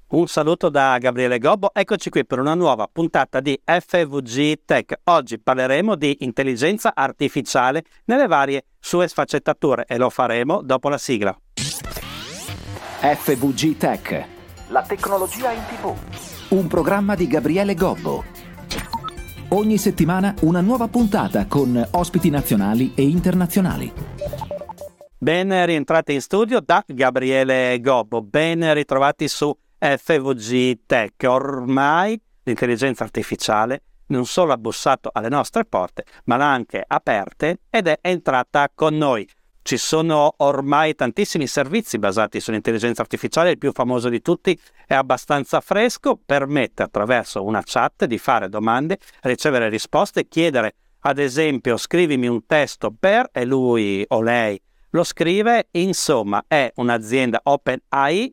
Un saluto da Gabriele Gobbo, eccoci qui per una nuova puntata di FVG Tech. Oggi parleremo di intelligenza artificiale nelle varie sue sfaccettature e lo faremo dopo la sigla. FVG Tech, la tecnologia in TV. Un programma di Gabriele Gobbo. Ogni settimana una nuova puntata con ospiti nazionali e internazionali. Ben rientrati in studio da Gabriele Gobbo, ben ritrovati su FVG Tech. Ormai l'intelligenza artificiale non solo ha bussato alle nostre porte, ma l'ha anche aperte ed è entrata con noi. Ci sono ormai tantissimi servizi basati sull'intelligenza artificiale, il più famoso di tutti è abbastanza fresco, permette attraverso una chat di fare domande, ricevere risposte, chiedere ad esempio scrivimi un testo per e lui o lei lo scrive. Insomma è un'azienda OpenAI,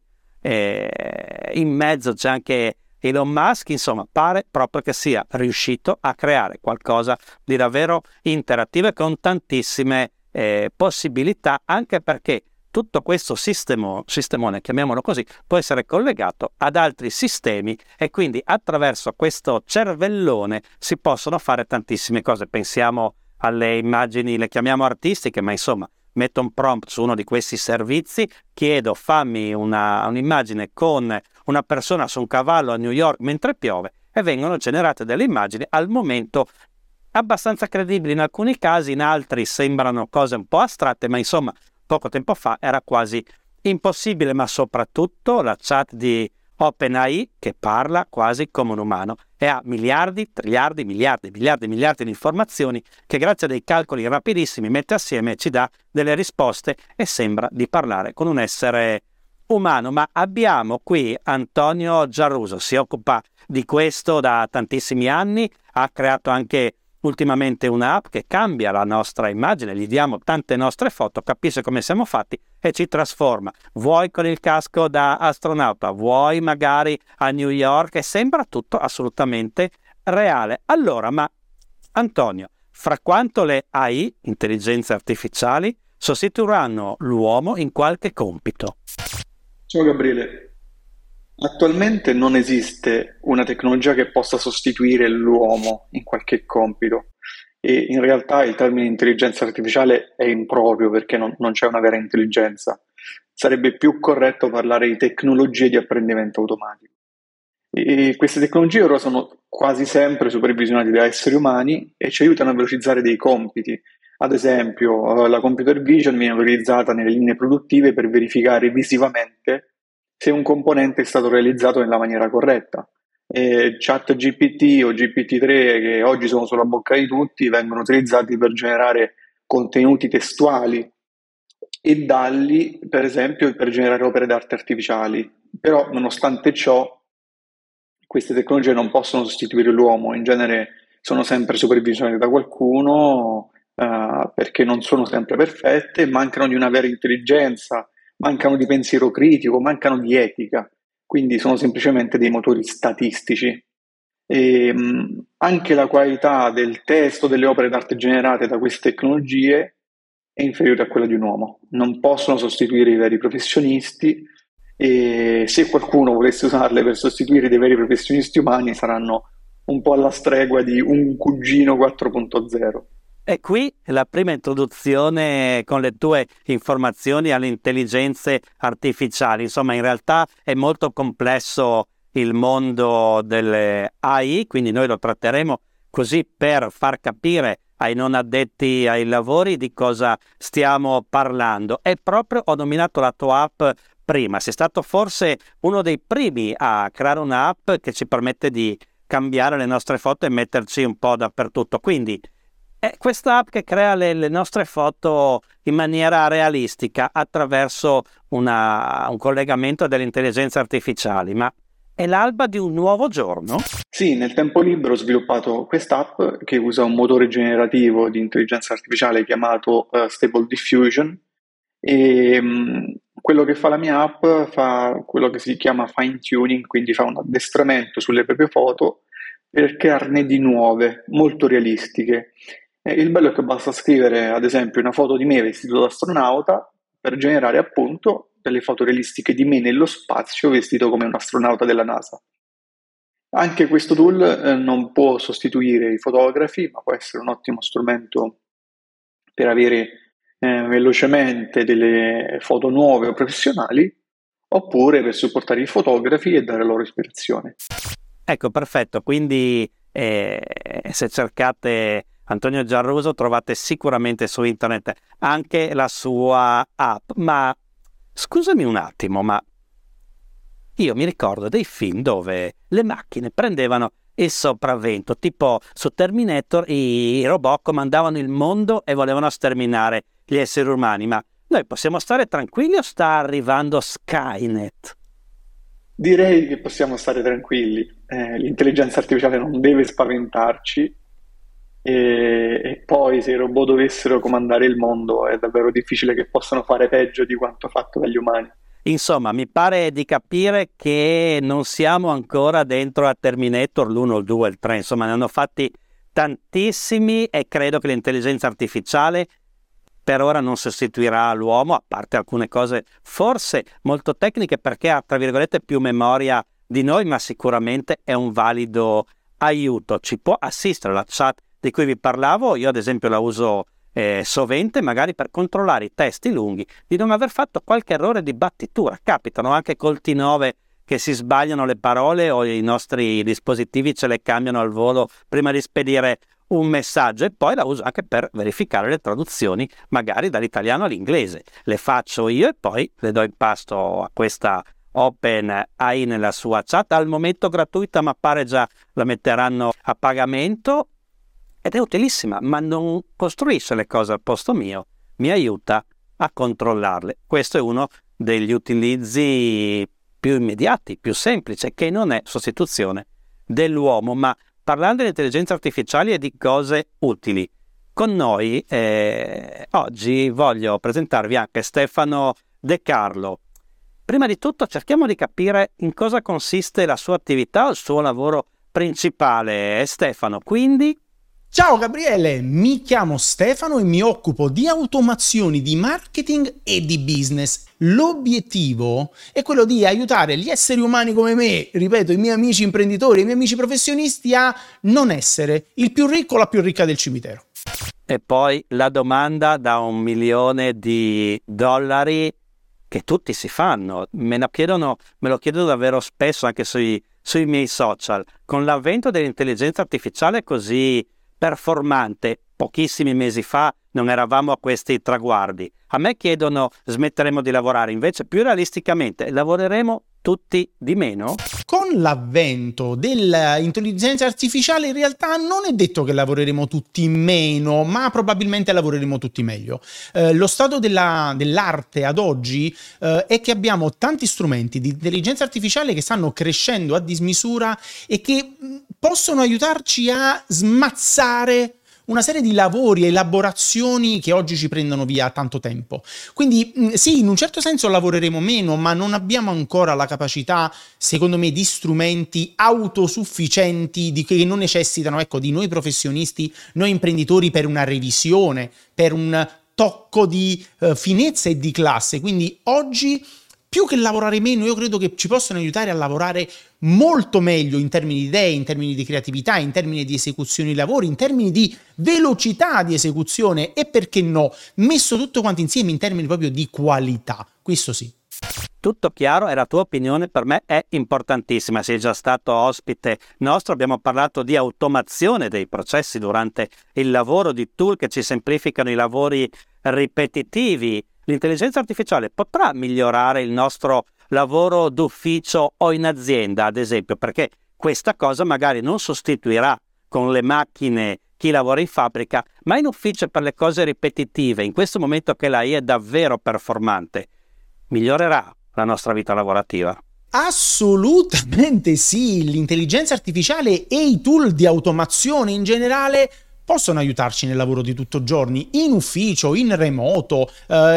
in mezzo c'è anche Elon Musk, insomma pare proprio che sia riuscito a creare qualcosa di davvero interattivo e con tantissime possibilità, anche perché tutto questo sistemone, chiamiamolo così, può essere collegato ad altri sistemi e quindi attraverso questo cervellone si possono fare tantissime cose. Pensiamo alle immagini, le chiamiamo artistiche, ma insomma metto un prompt su uno di questi servizi, chiedo fammi un'immagine con una persona su un cavallo a New York mentre piove e vengono generate delle immagini al momento abbastanza credibili in alcuni casi, in altri sembrano cose un po' astratte, ma insomma poco tempo fa era quasi impossibile. Ma soprattutto la chat di OpenAI che parla quasi come un umano e ha miliardi, triliardi, miliardi di informazioni che grazie a dei calcoli rapidissimi mette assieme e ci dà delle risposte e sembra di parlare con un essere umano. Ma abbiamo qui Antonio Giarruso, si occupa di questo da tantissimi anni, ha creato anche ultimamente un'app che cambia la nostra immagine, gli diamo tante nostre foto, capisce come siamo fatti e ci trasforma, vuoi con il casco da astronauta, vuoi magari a New York, e sembra tutto assolutamente reale. Allora, ma Antonio, fra quanto le AI, intelligenze artificiali, sostituiranno l'uomo in qualche compito? Ciao Gabriele, attualmente non esiste una tecnologia che possa sostituire l'uomo in qualche compito e in realtà il termine intelligenza artificiale è improprio perché non c'è una vera intelligenza. Sarebbe più corretto parlare di tecnologie di apprendimento automatico. E queste tecnologie ora sono quasi sempre supervisionate da esseri umani e ci aiutano a velocizzare dei compiti. Ad esempio, la computer vision viene utilizzata nelle linee produttive per verificare visivamente se un componente è stato realizzato nella maniera corretta. ChatGPT o GPT-3, che oggi sono sulla bocca di tutti, vengono utilizzati per generare contenuti testuali e DALL-E, per esempio, per generare opere d'arte artificiali. Però, nonostante ciò, queste tecnologie non possono sostituire l'uomo, in genere sono sempre supervisionate da qualcuno, perché non sono sempre perfette, mancano di una vera intelligenza, mancano di pensiero critico, mancano di etica, quindi sono semplicemente dei motori statistici. E, anche la qualità del testo delle opere d'arte generate da queste tecnologie è inferiore a quella di un uomo. Non possono sostituire i veri professionisti e se qualcuno volesse usarle per sostituire dei veri professionisti umani saranno un po' alla stregua di un cugino 4.0. E qui la prima introduzione con le tue informazioni alle intelligenze artificiali. Insomma, in realtà è molto complesso il mondo delle AI, quindi noi lo tratteremo così per far capire ai non addetti ai lavori di cosa stiamo parlando. E proprio ho nominato la tua app prima, sei stato forse uno dei primi a creare un'app che ci permette di cambiare le nostre foto e metterci un po' dappertutto. Quindi è questa app che crea le nostre foto in maniera realistica attraverso un collegamento delle intelligenze artificiali. Ma è l'alba di un nuovo giorno? Sì, nel tempo libero ho sviluppato quest'app che usa un motore generativo di intelligenza artificiale chiamato Stable Diffusion e quello che fa la mia app fa quello che si chiama fine tuning, quindi fa un addestramento sulle proprie foto per crearne di nuove, molto realistiche. Il bello è che basta scrivere ad esempio una foto di me vestito da astronauta per generare appunto delle foto realistiche di me nello spazio vestito come un astronauta della NASA. Anche questo tool non può sostituire i fotografi, ma può essere un ottimo strumento per avere velocemente delle foto nuove o professionali, oppure per supportare i fotografi e dare loro ispirazione. Ecco, perfetto. Quindi se cercate Antonio Giarruso trovate sicuramente su internet anche la sua app. Ma scusami un attimo, ma io mi ricordo dei film dove le macchine prendevano il sopravvento, tipo su Terminator i robot comandavano il mondo e volevano sterminare gli esseri umani, ma noi possiamo stare tranquilli o sta arrivando Skynet? Direi che possiamo stare tranquilli, l'intelligenza artificiale non deve spaventarci e poi se i robot dovessero comandare il mondo è davvero difficile che possano fare peggio di quanto fatto dagli umani. Insomma, mi pare di capire che non siamo ancora dentro a Terminator l'1, il 2, il 3, insomma ne hanno fatti tantissimi e credo che l'intelligenza artificiale per ora non sostituirà l'uomo, a parte alcune cose forse molto tecniche perché ha, tra virgolette, più memoria di noi, ma sicuramente è un valido aiuto. Ci può assistere la chat di cui vi parlavo, io ad esempio la uso sovente magari per controllare i testi lunghi, di non aver fatto qualche errore di battitura. Capitano anche col T9 che si sbagliano le parole o i nostri dispositivi ce le cambiano al volo prima di spedire un messaggio, e poi la uso anche per verificare le traduzioni magari dall'italiano all'inglese. Le faccio io e poi le do in pasto a questa OpenAI nella sua chat, al momento gratuita, ma pare già la metteranno a pagamento. Ed è utilissima, ma non costruisce le cose al posto mio, mi aiuta a controllarle. Questo è uno degli utilizzi più immediati, più semplici, che non è sostituzione dell'uomo, ma parlando di intelligenza artificiale e di cose utili. Con noi oggi voglio presentarvi anche Stefano De Carlo. Prima di tutto cerchiamo di capire in cosa consiste la sua attività o il suo lavoro principale. Stefano, quindi... Ciao Gabriele, mi chiamo Stefano e mi occupo di automazioni di marketing e di business. L'obiettivo è quello di aiutare gli esseri umani come me, ripeto, i miei amici imprenditori, i miei amici professionisti a non essere il più ricco o la più ricca del cimitero. E poi la domanda da $1 milione che tutti si fanno, me lo chiedo davvero spesso anche sui miei social. Con l'avvento dell'intelligenza artificiale così performante, pochissimi mesi fa non eravamo a questi traguardi. A me chiedono: smetteremo di lavorare? Invece più realisticamente lavoreremo tutti di meno? Con l'avvento dell'intelligenza artificiale in realtà non è detto che lavoreremo tutti meno, ma probabilmente lavoreremo tutti meglio. Lo stato dell'arte ad oggi è che abbiamo tanti strumenti di intelligenza artificiale che stanno crescendo a dismisura e che possono aiutarci a smazzare una serie di lavori e elaborazioni che oggi ci prendono via tanto tempo. Quindi sì, in un certo senso lavoreremo meno, ma non abbiamo ancora la capacità, secondo me, di strumenti autosufficienti che non necessitano, ecco, di noi professionisti, noi imprenditori per una revisione, per un tocco di finezza e di classe. Quindi oggi, più che lavorare meno, io credo che ci possano aiutare a lavorare molto meglio in termini di idee, in termini di creatività, in termini di esecuzione di lavori, in termini di velocità di esecuzione e, perché no, messo tutto quanto insieme in termini proprio di qualità. Questo sì. Tutto chiaro, e la tua opinione per me è importantissima. Sei già stato ospite nostro, abbiamo parlato di automazione dei processi durante il lavoro, di tool che ci semplificano i lavori ripetitivi. L'intelligenza artificiale potrà migliorare il nostro lavoro d'ufficio o in azienda, ad esempio, perché questa cosa magari non sostituirà con le macchine chi lavora in fabbrica, ma in ufficio per le cose ripetitive, in questo momento che l'AI è davvero performante, migliorerà la nostra vita lavorativa. Assolutamente sì, l'intelligenza artificiale e i tool di automazione in generale possono aiutarci nel lavoro di tutti i giorni, in ufficio, in remoto,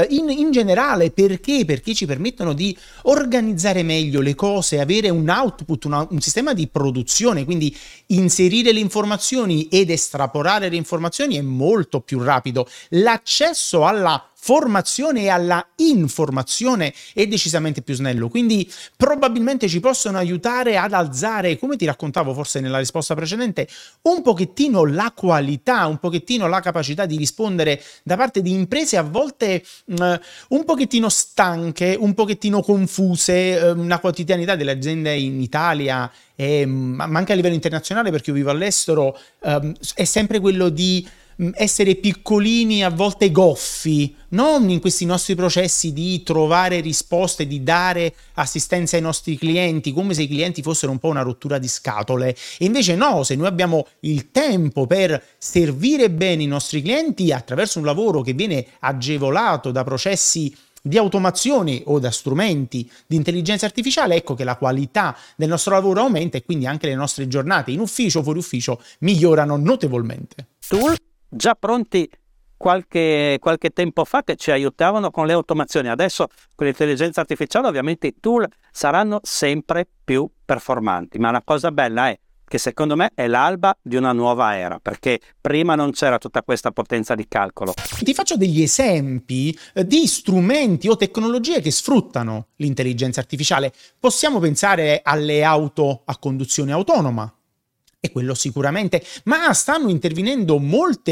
in generale. Perché? Perché ci permettono di organizzare meglio le cose, avere un output, un sistema di produzione, quindi inserire le informazioni ed estrapolare le informazioni è molto più rapido. L'accesso alla formazione e alla informazione è decisamente più snello, quindi probabilmente ci possono aiutare ad alzare, come ti raccontavo forse nella risposta precedente, un pochettino la qualità, un pochettino la capacità di rispondere da parte di imprese a volte un pochettino stanche, un pochettino confuse. La quotidianità delle aziende in Italia ma anche a livello internazionale, perché io vivo all'estero, è sempre quello di essere piccolini, a volte goffi, non in questi nostri processi di trovare risposte, di dare assistenza ai nostri clienti, come se i clienti fossero un po' una rottura di scatole. E invece no, se noi abbiamo il tempo per servire bene i nostri clienti attraverso un lavoro che viene agevolato da processi di automazione o da strumenti di intelligenza artificiale, ecco che la qualità del nostro lavoro aumenta e quindi anche le nostre giornate in ufficio o fuori ufficio migliorano notevolmente. Tool già pronti qualche tempo fa che ci aiutavano con le automazioni. Adesso con l'intelligenza artificiale ovviamente i tool saranno sempre più performanti, ma la cosa bella è che secondo me è l'alba di una nuova era, perché prima non c'era tutta questa potenza di calcolo. Ti faccio degli esempi di strumenti o tecnologie che sfruttano l'intelligenza artificiale. Possiamo pensare alle auto a conduzione autonoma. E quello sicuramente, ma stanno intervenendo molto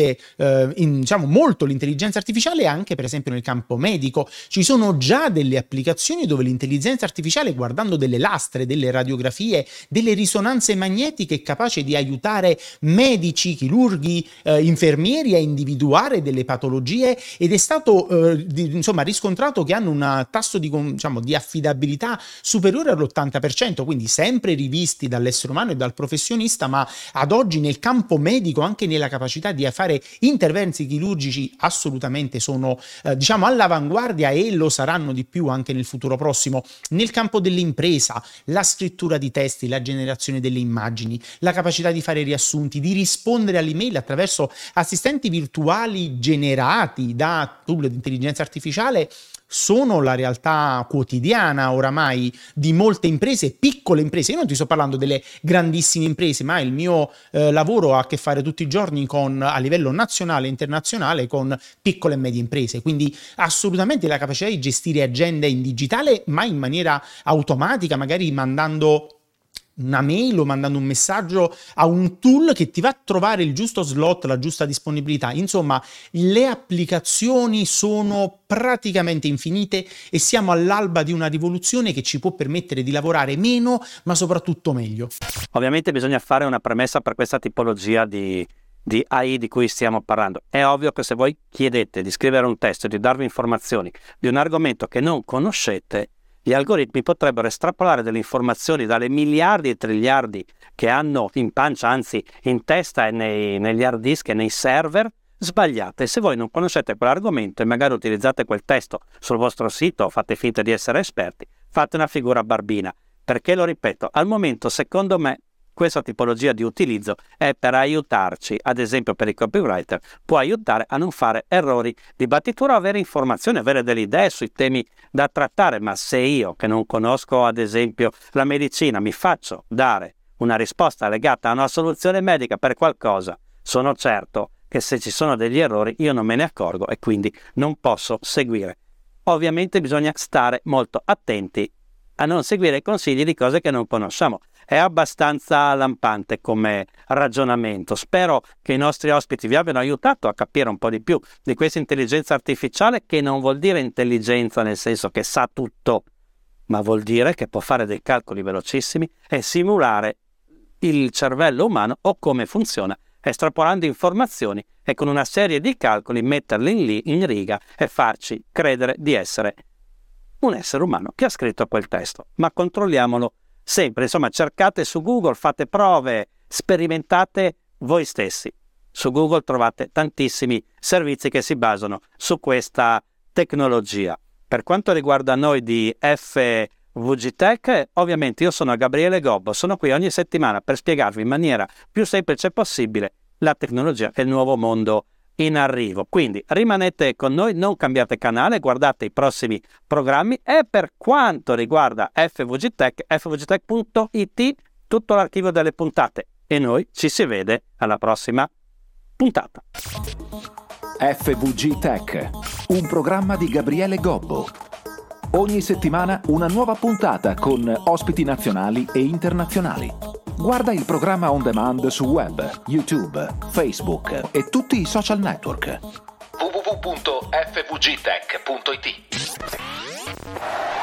l'intelligenza artificiale anche per esempio nel campo medico. Ci sono già delle applicazioni dove l'intelligenza artificiale, guardando delle lastre, delle radiografie, delle risonanze magnetiche, è capace di aiutare medici, chirurghi, infermieri a individuare delle patologie, ed è stato riscontrato che hanno un tasso di affidabilità superiore all'80%, quindi sempre rivisti dall'essere umano e dal professionista, ma ad oggi nel campo medico, anche nella capacità di fare interventi chirurgici, assolutamente sono all'avanguardia e lo saranno di più anche nel futuro prossimo. Nel campo dell'impresa, la scrittura di testi, la generazione delle immagini, la capacità di fare riassunti, di rispondere all'email attraverso assistenti virtuali generati da tool di intelligenza artificiale, sono la realtà quotidiana oramai di molte imprese, piccole imprese. Io non ti sto parlando delle grandissime imprese, ma il mio lavoro ha a che fare tutti i giorni a livello nazionale e internazionale con piccole e medie imprese, quindi assolutamente la capacità di gestire agende in digitale, ma in maniera automatica, magari mandando una mail o mandando un messaggio a un tool che ti va a trovare il giusto slot, la giusta disponibilità. Insomma, le applicazioni sono praticamente infinite e siamo all'alba di una rivoluzione che ci può permettere di lavorare meno, ma soprattutto meglio. Ovviamente bisogna fare una premessa per questa tipologia di AI di cui stiamo parlando. È ovvio che se voi chiedete di scrivere un testo, di darvi informazioni di un argomento che non conoscete, gli algoritmi potrebbero estrapolare delle informazioni dalle miliardi e triliardi che hanno in pancia, anzi in testa e negli hard disk e nei server, sbagliate. Se voi non conoscete quell'argomento e magari utilizzate quel testo sul vostro sito o fate finta di essere esperti, fate una figura barbina. Perché, lo ripeto, al momento secondo me questa tipologia di utilizzo è per aiutarci, ad esempio per i copywriter, può aiutare a non fare errori di battitura, avere informazioni, avere delle idee sui temi da trattare. Ma se io, che non conosco ad esempio la medicina, mi faccio dare una risposta legata a una soluzione medica per qualcosa, sono certo che se ci sono degli errori io non me ne accorgo e quindi non posso seguire. Ovviamente bisogna stare molto attenti a non seguire consigli di cose che non conosciamo. È abbastanza lampante come ragionamento. Spero che i nostri ospiti vi abbiano aiutato a capire un po' di più di questa intelligenza artificiale, che non vuol dire intelligenza nel senso che sa tutto, ma vuol dire che può fare dei calcoli velocissimi e simulare il cervello umano o come funziona, estrapolando informazioni e con una serie di calcoli metterli in riga e farci credere di essere un essere umano che ha scritto quel testo. Ma controlliamolo sempre, insomma, cercate su Google, fate prove, sperimentate voi stessi. Su Google trovate tantissimi servizi che si basano su questa tecnologia. Per quanto riguarda noi di FVG Tech, ovviamente io sono Gabriele Gobbo, sono qui ogni settimana per spiegarvi in maniera più semplice possibile la tecnologia e il nuovo mondo in arrivo. Quindi rimanete con noi, non cambiate canale, guardate i prossimi programmi, e per quanto riguarda FVG Tech, fvgtech.it, tutto l'archivio delle puntate, e noi ci si vede alla prossima puntata. FVG Tech, un programma di Gabriele Gobbo. Ogni settimana una nuova puntata con ospiti nazionali e internazionali. Guarda il programma on demand su web, YouTube, Facebook e tutti i social network. www.fvgtech.it